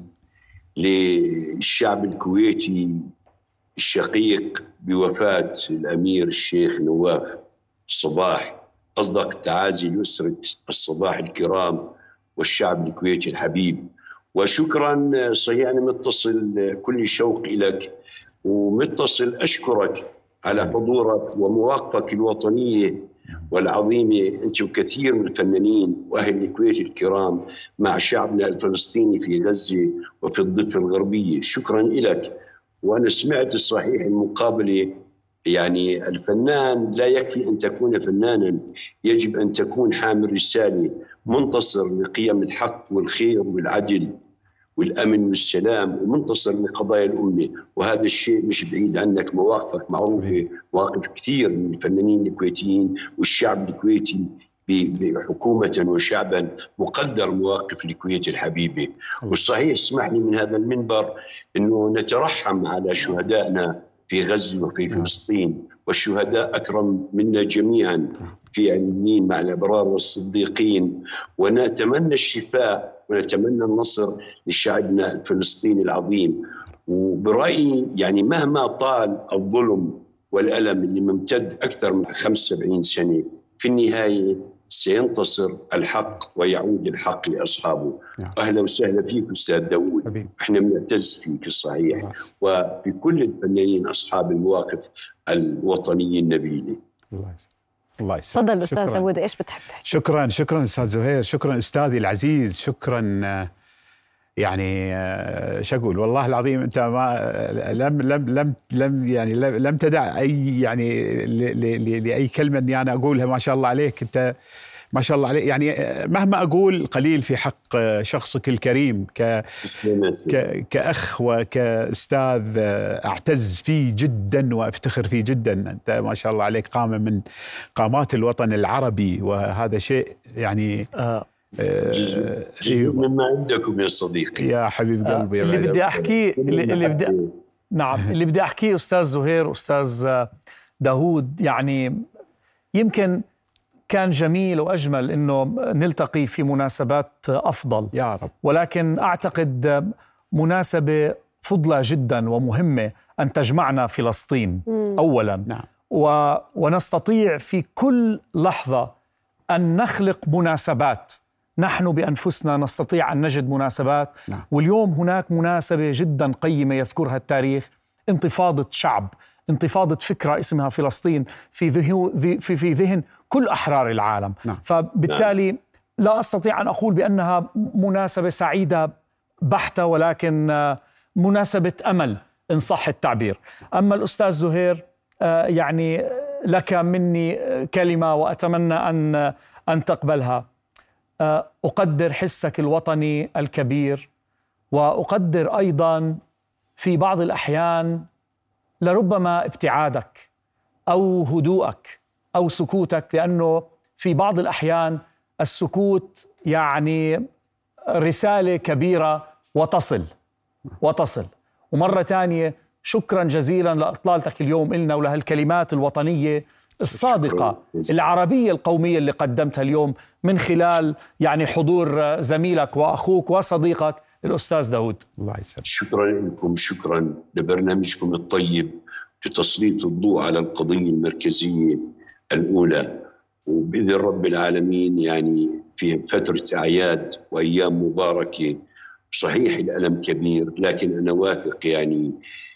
للشعب الكويتي الشقيق بوفاة الأمير الشيخ نواف الصباح. أصدق التعازي لأسرة الصباح الكرام والشعب الكويتي الحبيب. وشكرا، صحيح أنا متصل كل شوق إليك ومتصل أشكرك على حضورك ومواقفك الوطنية والعظيمة أنت وكثير من الفنانين وأهل الكويت الكرام مع شعبنا الفلسطيني في غزة وفي الضفة الغربية. شكرا لك. وأنا سمعت الصحيح المقابلة، يعني الفنان لا يكفي أن تكون فنانا، يجب أن تكون حامل رسالة، منتصر لقيم الحق والخير والعدل والأمن والسلام، ومنتصر لقضايا الأمة. وهذا الشيء مش بعيد عنك، مواقفك معروفة، مواقف كثير من الفنانين الكويتيين والشعب الكويتي بحكومة وشعبا مقدر مواقف الكويت الحبيبة. والصحيح اسمح لي من هذا المنبر أنه نترحم على شهدائنا في غزة وفي فلسطين، والشهداء أكرم منا جميعا في عليين مع الأبرار والصديقين، ونتمنى الشفاء ونتمنى النصر لشعبنا الفلسطيني العظيم. وبرأيي يعني مهما طال الظلم والألم اللي ممتد أكثر من 75 سنة، في النهاية سينتصر الحق ويعود الحق لأصحابه. أهلا وسهلا فيك أستاذ داود، احنا بنعتز فيك الصحيح وفي كل الفنانين أصحاب المواقف الوطنية النبيلة. الله يسلمك. تفضل أستاذ داود، إيش بتحب تحكي؟ شكرا أستاذ زهير، شكرا أستاذي العزيز، شكرا. يعني شو اقول، والله العظيم انت ما لم تدع اي يعني لاي كلمه اني انا اقولها. ما شاء الله عليك، انت ما شاء الله عليك، يعني مهما اقول قليل في حق شخصك الكريم كأخ وكأستاذ. اعتز فيه جدا وافتخر فيه جدا. انت ما شاء الله عليك قامة من قامات الوطن العربي، وهذا شيء يعني جزء مما عندكم يا صديقي. يا حبيب قلبي. اللي بدي احكيه اللي بدي احكيه استاذ زهير، استاذ داود، يعني يمكن كان جميل واجمل انه نلتقي في مناسبات افضل يا رب، ولكن اعتقد مناسبة فضلة جدا ومهمة ان تجمعنا فلسطين اولا. نعم. ونستطيع في كل لحظة ان نخلق مناسبات. نحن بأنفسنا نستطيع أن نجد مناسبات. نعم. واليوم هناك مناسبة جدا قيمة يذكرها التاريخ، انتفاضة شعب، انتفاضة فكرة اسمها فلسطين في ذهن كل أحرار العالم. نعم. فبالتالي لا أستطيع أن أقول بأنها مناسبة سعيدة بحتة، ولكن مناسبة أمل إن صح التعبير. أما الأستاذ زهير، يعني لك مني كلمة وأتمنى أن تقبلها. أقدر حسك الوطني الكبير، وأقدر أيضا في بعض الأحيان لربما ابتعادك أو هدوءك أو سكوتك، لأنه في بعض الأحيان السكوت يعني رسالة كبيرة وتصل. ومرة تانية شكرا جزيلا لإطلالتك اليوم إلنا ولهالكلمات الوطنية الصادقة العربية القومية اللي قدمتها اليوم من خلال يعني حضور زميلك وأخوك وصديقك الأستاذ داود. الله يسلمك. شكرا لكم، شكرا لبرنامجكم الطيب لتسليط الضوء على القضية المركزية الأولى. وبإذن رب العالمين يعني في فترة أعياد وأيام مباركة، صحيح الألم كبير، لكن أنا واثق يعني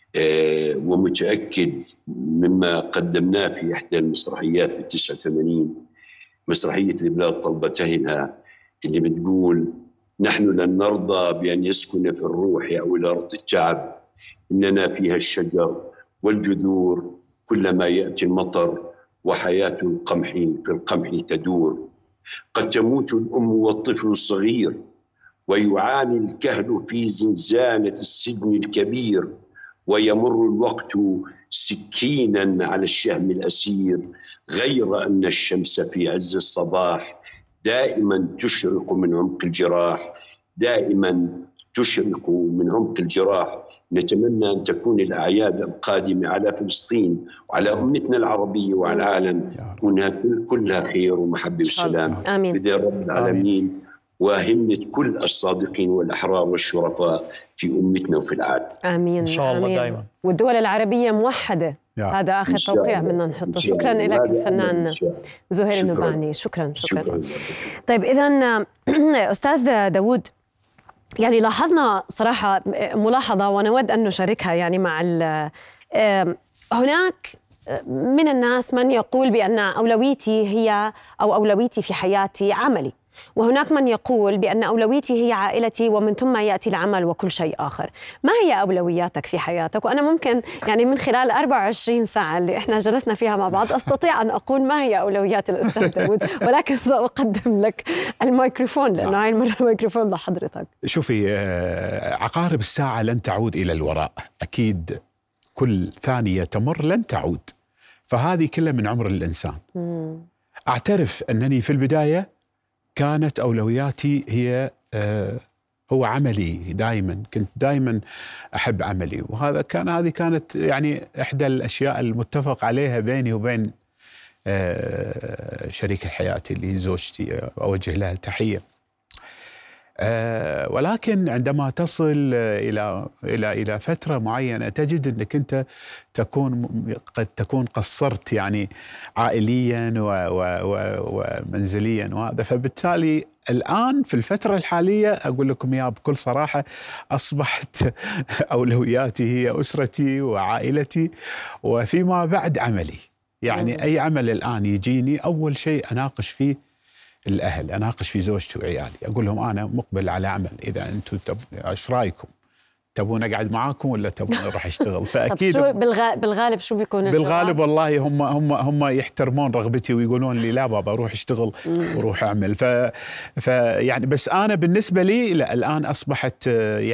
ومتأكد مما قدمناه في إحدى المسرحيات في 89، مسرحية البلاد طلبتها، اللي بتقول: نحن لن نرضى بأن يسكن في الروح أو الأرض التعب، إننا فيها الشجر والجذور، كلما يأتي المطر وحياة القمح في القمح تدور. قد تموت الأم والطفل الصغير، ويعاني الكهل في زنزانة السجن الكبير، ويمر الوقت سكينا على الشهم الأسير، غير أن الشمس في عز الصباح دائما تشرق من عمق الجراح، دائما تشرق من عمق الجراح. نتمنى أن تكون الأعياد القادمة على فلسطين وعلى أمتنا العربية وعلى العالم تكون كلها خير ومحبة والسلام بإذن رب العالمين، وهمة كل الصادقين والأحرار والشرفاء في أمتنا وفي العالم. آمين إن شاء الله آمين. دائما. والدول العربية موحدة. هذا آخر توقيع بدنا نحطه. شكرا لك الفنان زهير النباني. شكرا. طيب إذن أستاذ داود، يعني لاحظنا صراحة ملاحظة ونود أن نشاركها يعني مع هناك من الناس من يقول بأن أولويتي هي أو أولويتي في حياتي عملي، وهناك من يقول بأن أولويتي هي عائلتي ومن ثم يأتي العمل وكل شيء آخر. ما هي أولوياتك في حياتك؟ وأنا ممكن يعني من خلال 24 ساعة اللي إحنا جلسنا فيها مع بعض أستطيع أن أقول ما هي أولويات الأستاذ داود، ولكن سأقدم لك الميكروفون لأنه هاي المرة الميكروفون لحضرتك. شوفي، عقارب الساعة لن تعود إلى الوراء، أكيد كل ثانية تمر لن تعود، فهذه كلها من عمر الإنسان. أعترف أنني في البداية كانت أولوياتي هي هو عملي. دائما كنت دائما أحب عملي، وهذه كانت يعني إحدى الأشياء المتفق عليها بيني وبين شريك حياتي اللي زوجتي، أوجه لها تحية. ولكن عندما تصل إلى فترة معينة تجد أنك أنت قد تكون قصرت يعني عائليا ومنزليا وهذا. فبالتالي الآن في الفترة الحالية أقول لكم يا بكل صراحة أصبحت أولوياتي هي أسرتي وعائلتي، وفيما بعد عملي. يعني أي عمل الآن يجيني أول شيء أناقش فيه الأهل، أناقش في زوجتي وعيالي، أقول لهم أنا مقبل على عمل، إذا أنتم إيش رأيكم؟ تبون أقعد معاكم ولا تبون أروح أشتغل؟ فأكيد شو بالغالب شو بيكون الجواب؟ بالغالب والله هم يحترمون رغبتي ويقولون لي لا بابا روح اشتغل وروح أعمل. يعني بس أنا بالنسبة لي لا، الآن أصبحت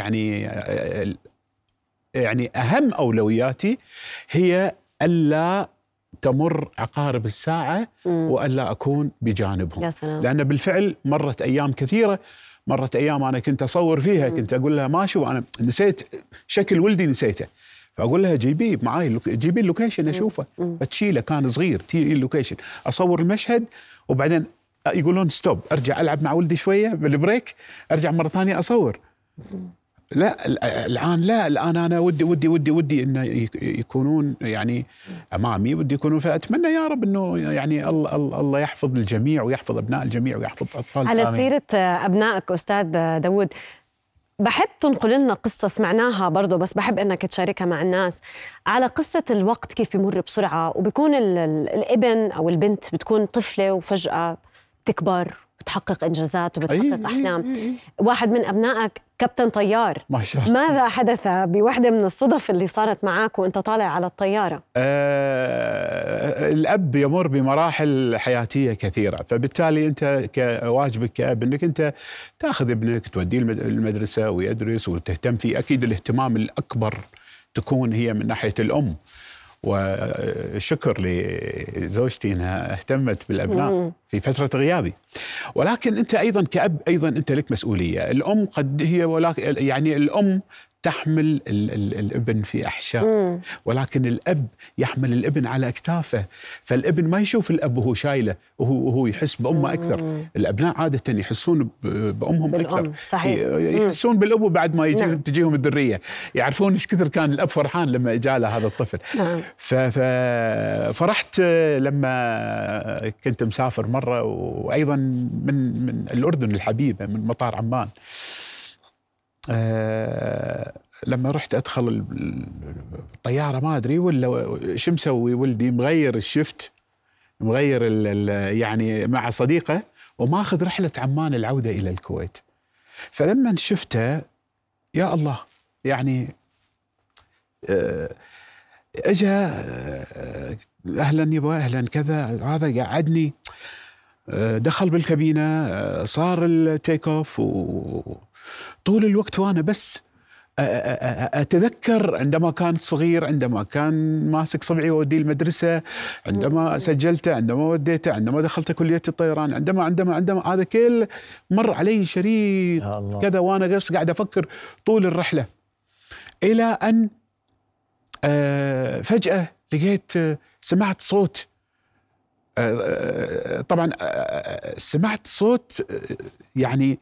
يعني أهم أولوياتي هي ألا تمر عقارب الساعة وألا أكون بجانبهم. يا سلام. لأن بالفعل مرت أيام كثيرة، مرت أيام أنا كنت أصور فيها، كنت أقول لها ما شو أنا نسيت شكل ولدي نسيته، فأقول لها جيبيه معاي، جيبي اللوكيشن أشوفه، فتشيله كان صغير، تي اللوكيشن أصور المشهد، وبعدين يقولون ستوب، أرجع ألعب مع ولدي شوية بالبريك، أرجع مرة ثانية أصور. لا الآن أنا ودي إنه يكونون يعني أمامي، ودي يكونون، فأتمنى يا رب إنه يعني الله يحفظ الجميع ويحفظ أبناء الجميع ويحفظ أطفال. على سيرة أبنائك أستاذ داود، بحب تنقل لنا قصة سمعناها برضو، بس بحب إنك تشاركها مع الناس، على قصة الوقت كيف بيمر بسرعة، وبيكون الابن أو البنت بتكون طفلة وفجأة تكبر بتحقق إنجازات وبتحقق أحلام. واحد من أبنائك كابتن طيار، ما شاء الله. ماذا حدث بواحدة من الصدف اللي صارت معك وأنت طالع على الطيارة؟ الأب يمر بمراحل حياتية كثيرة، فبالتالي أنت كواجبك كأب أنك أنت تأخذ ابنك توديه المدرسة ويدرس وتهتم فيه. أكيد الاهتمام الأكبر تكون هي من ناحية الأم، وشكر لزوجتي أنها اهتمت بالأبناء في فترة غيابي. ولكن أنت أيضا كأب أيضا أنت لك مسؤولية. الأم قد هي ولكن يعني الأم تحمل الابن في أحشاء، ولكن الأب يحمل الابن على أكتافه، فالابن ما يشوف الأب وهو شايله وهو يحس بأمه أكثر. الأبناء عادة يحسون بأمهم أكثر، صحيح. يحسون بالأب بعد ما تجيهم الذرية، يعرفون إيش كثر كان الأب فرحان لما جاله هذا الطفل. فرحت لما كنت مسافر مرة، وأيضا من الأردن الحبيبة من مطار عمان. لما رحت أدخل الطيارة ما أدري ولا شو مسوي ولدي، مغير الشفت، مغير يعني مع صديقه، وماخذ رحلة عمان العودة إلى الكويت. فلما شفته يا الله يعني اجا أهلا يبا أهلا كذا، هذا قعدني، دخل بالكابينة، صار التيك اوف، طول الوقت وانا بس أتذكر عندما كان صغير، عندما كان ماسك صبعي ووديه المدرسة، عندما سجلته، عندما وديته، عندما دخلت كلية الطيران، عندما هذا كل مر علي شريط كذا، وأنا بس قاعد أفكر طول الرحلة، إلى أن فجأة لقيت سمعت صوت. طبعا سمعت صوت يعني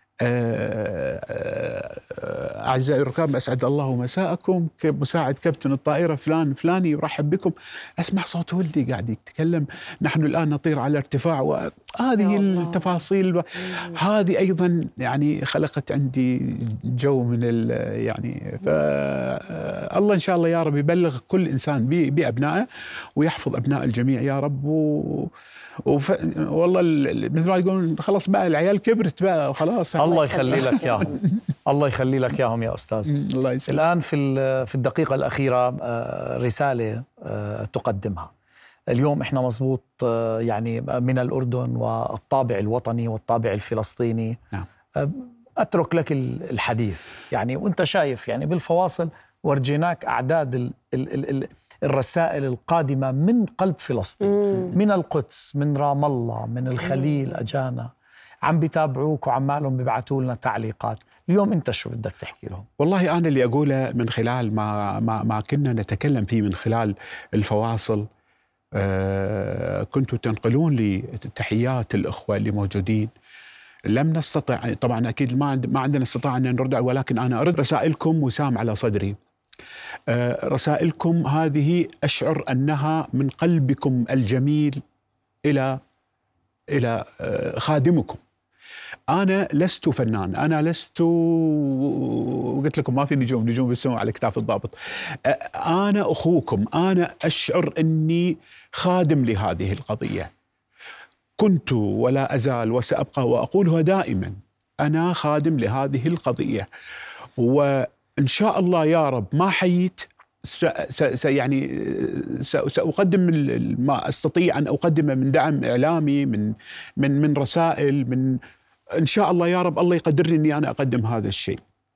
أعزائي الركاب أسعد الله مساءكم، مساعد كابتن الطائرة فلان فلاني يرحب بكم. أسمع صوت ولدي قاعد يتكلم نحن الآن نطير على ارتفاع، وهذه التفاصيل هذه أيضا يعني خلقت عندي جو من يعني فالله إن شاء الله يا رب يبلغ كل إنسان بأبنائه ويحفظ أبناء الجميع يا رب. والله مثل ما يقولون خلاص بقى العيال كبرت بقى وخلاص. الله يخلي لك ياهم، الله يخلي لك ياهم يا أستاذ. الله يسلمك. الآن في الدقيقة الأخيرة رسالة تقدمها اليوم. إحنا مزبوط يعني من الأردن والطابع الوطني والطابع الفلسطيني. نعم. أترك لك الحديث يعني، وأنت شايف يعني بالفواصل ورجيناك أعداد الرسائل القادمة من قلب فلسطين، من القدس، من رام الله، من الخليل، أجانا عم بيتابعوك وعمالهم بيبعتوا لنا تعليقات. اليوم أنت شو بدك تحكي لهم؟ والله أنا اللي أقوله من خلال ما كنا نتكلم فيه من خلال الفواصل، كنتوا تنقلون لي تحيات الأخوة اللي موجودين. لم نستطع طبعا، أكيد ما عندنا استطاعة أن نرد، ولكن أنا أرد رسائلكم وسام على صدري. رسائلكم هذه أشعر أنها من قلبكم الجميل إلى خادمكم. أنا لست فنان، أنا لست، وقلت لكم ما في نجوم بالسماء على كتاف الضابط. أنا أخوكم، أنا أشعر أني خادم لهذه القضية، كنت ولا أزال وسأبقى وأقولها دائما، أنا خادم لهذه القضية. وإن شاء الله يا رب ما حييت يعني سأقدم ما أستطيع أن أقدمه من دعم إعلامي، من رسائل، إن شاء الله يا رب الله يقدرني أني أنا أقدم هذا الشيء.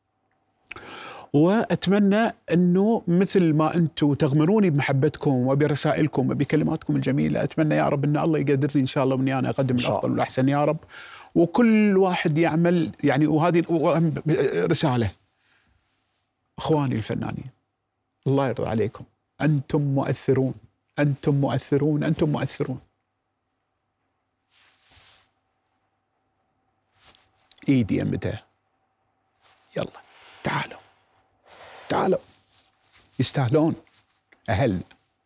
وأتمنى أنه مثل ما أنتم تغمروني بمحبتكم وبرسائلكم وبكلماتكم الجميلة، أتمنى يا رب أن الله يقدرني إن شاء الله وأني أنا أقدم الأفضل والأحسن يا رب. وكل واحد يعمل يعني، وهذه رسالة إخواني الفنانين، الله يرضى عليكم، أنتم مؤثرون، أنتم مؤثرون، أنتم مؤثرون. إيدي أمدها، يلا تعالوا يستاهلون أهل.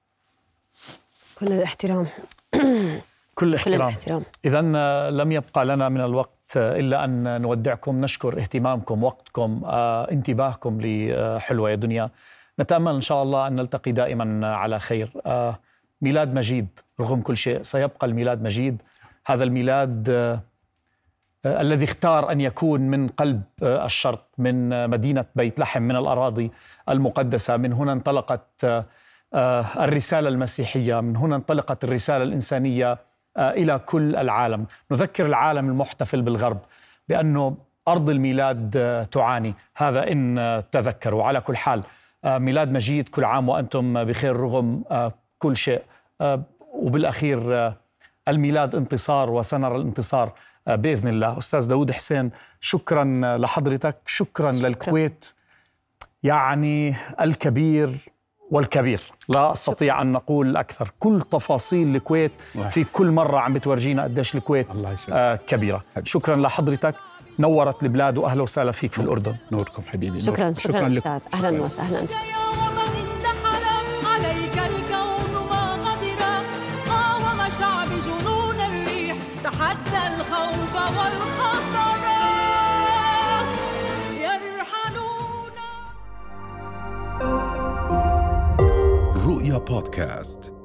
كل الاحترام. كل الاحترام. إذن لم يبقى لنا من الوقت إلا أن نودعكم، نشكر اهتمامكم، وقتكم، انتباهكم لحلوة يا دنيا. نتأمل إن شاء الله أن نلتقي دائما على خير. ميلاد مجيد رغم كل شيء، سيبقى الميلاد مجيد. هذا الميلاد الذي اختار أن يكون من قلب الشرق، من مدينة بيت لحم، من الأراضي المقدسة. من هنا انطلقت الرسالة المسيحية، من هنا انطلقت الرسالة الإنسانية إلى كل العالم. نذكر العالم المحتفل بالغرب بأنه أرض الميلاد تعاني، هذا إن تذكروا. على كل حال ميلاد مجيد، كل عام وأنتم بخير رغم كل شيء. وبالأخير الميلاد انتصار، وسنرى الانتصار بإذن الله. أستاذ داود حسين، شكرا لحضرتك، شكرا للكويت يعني الكبير والكبير، لا أستطيع أن نقول أكثر. كل تفاصيل الكويت في كل مرة عم بتورجينا قديش الكويت كبيرة. شكرا لحضرتك، نورت البلاد، وأهلا وسهلا فيك في الأردن. نوركم حبيبي. شكرا أستاذ، أهلا وسهلا. عليك الكون ما قدر، قاوم شعب جنون الريح، تحدى الخوف والخطر، يرحلون. رؤيا بودكاست.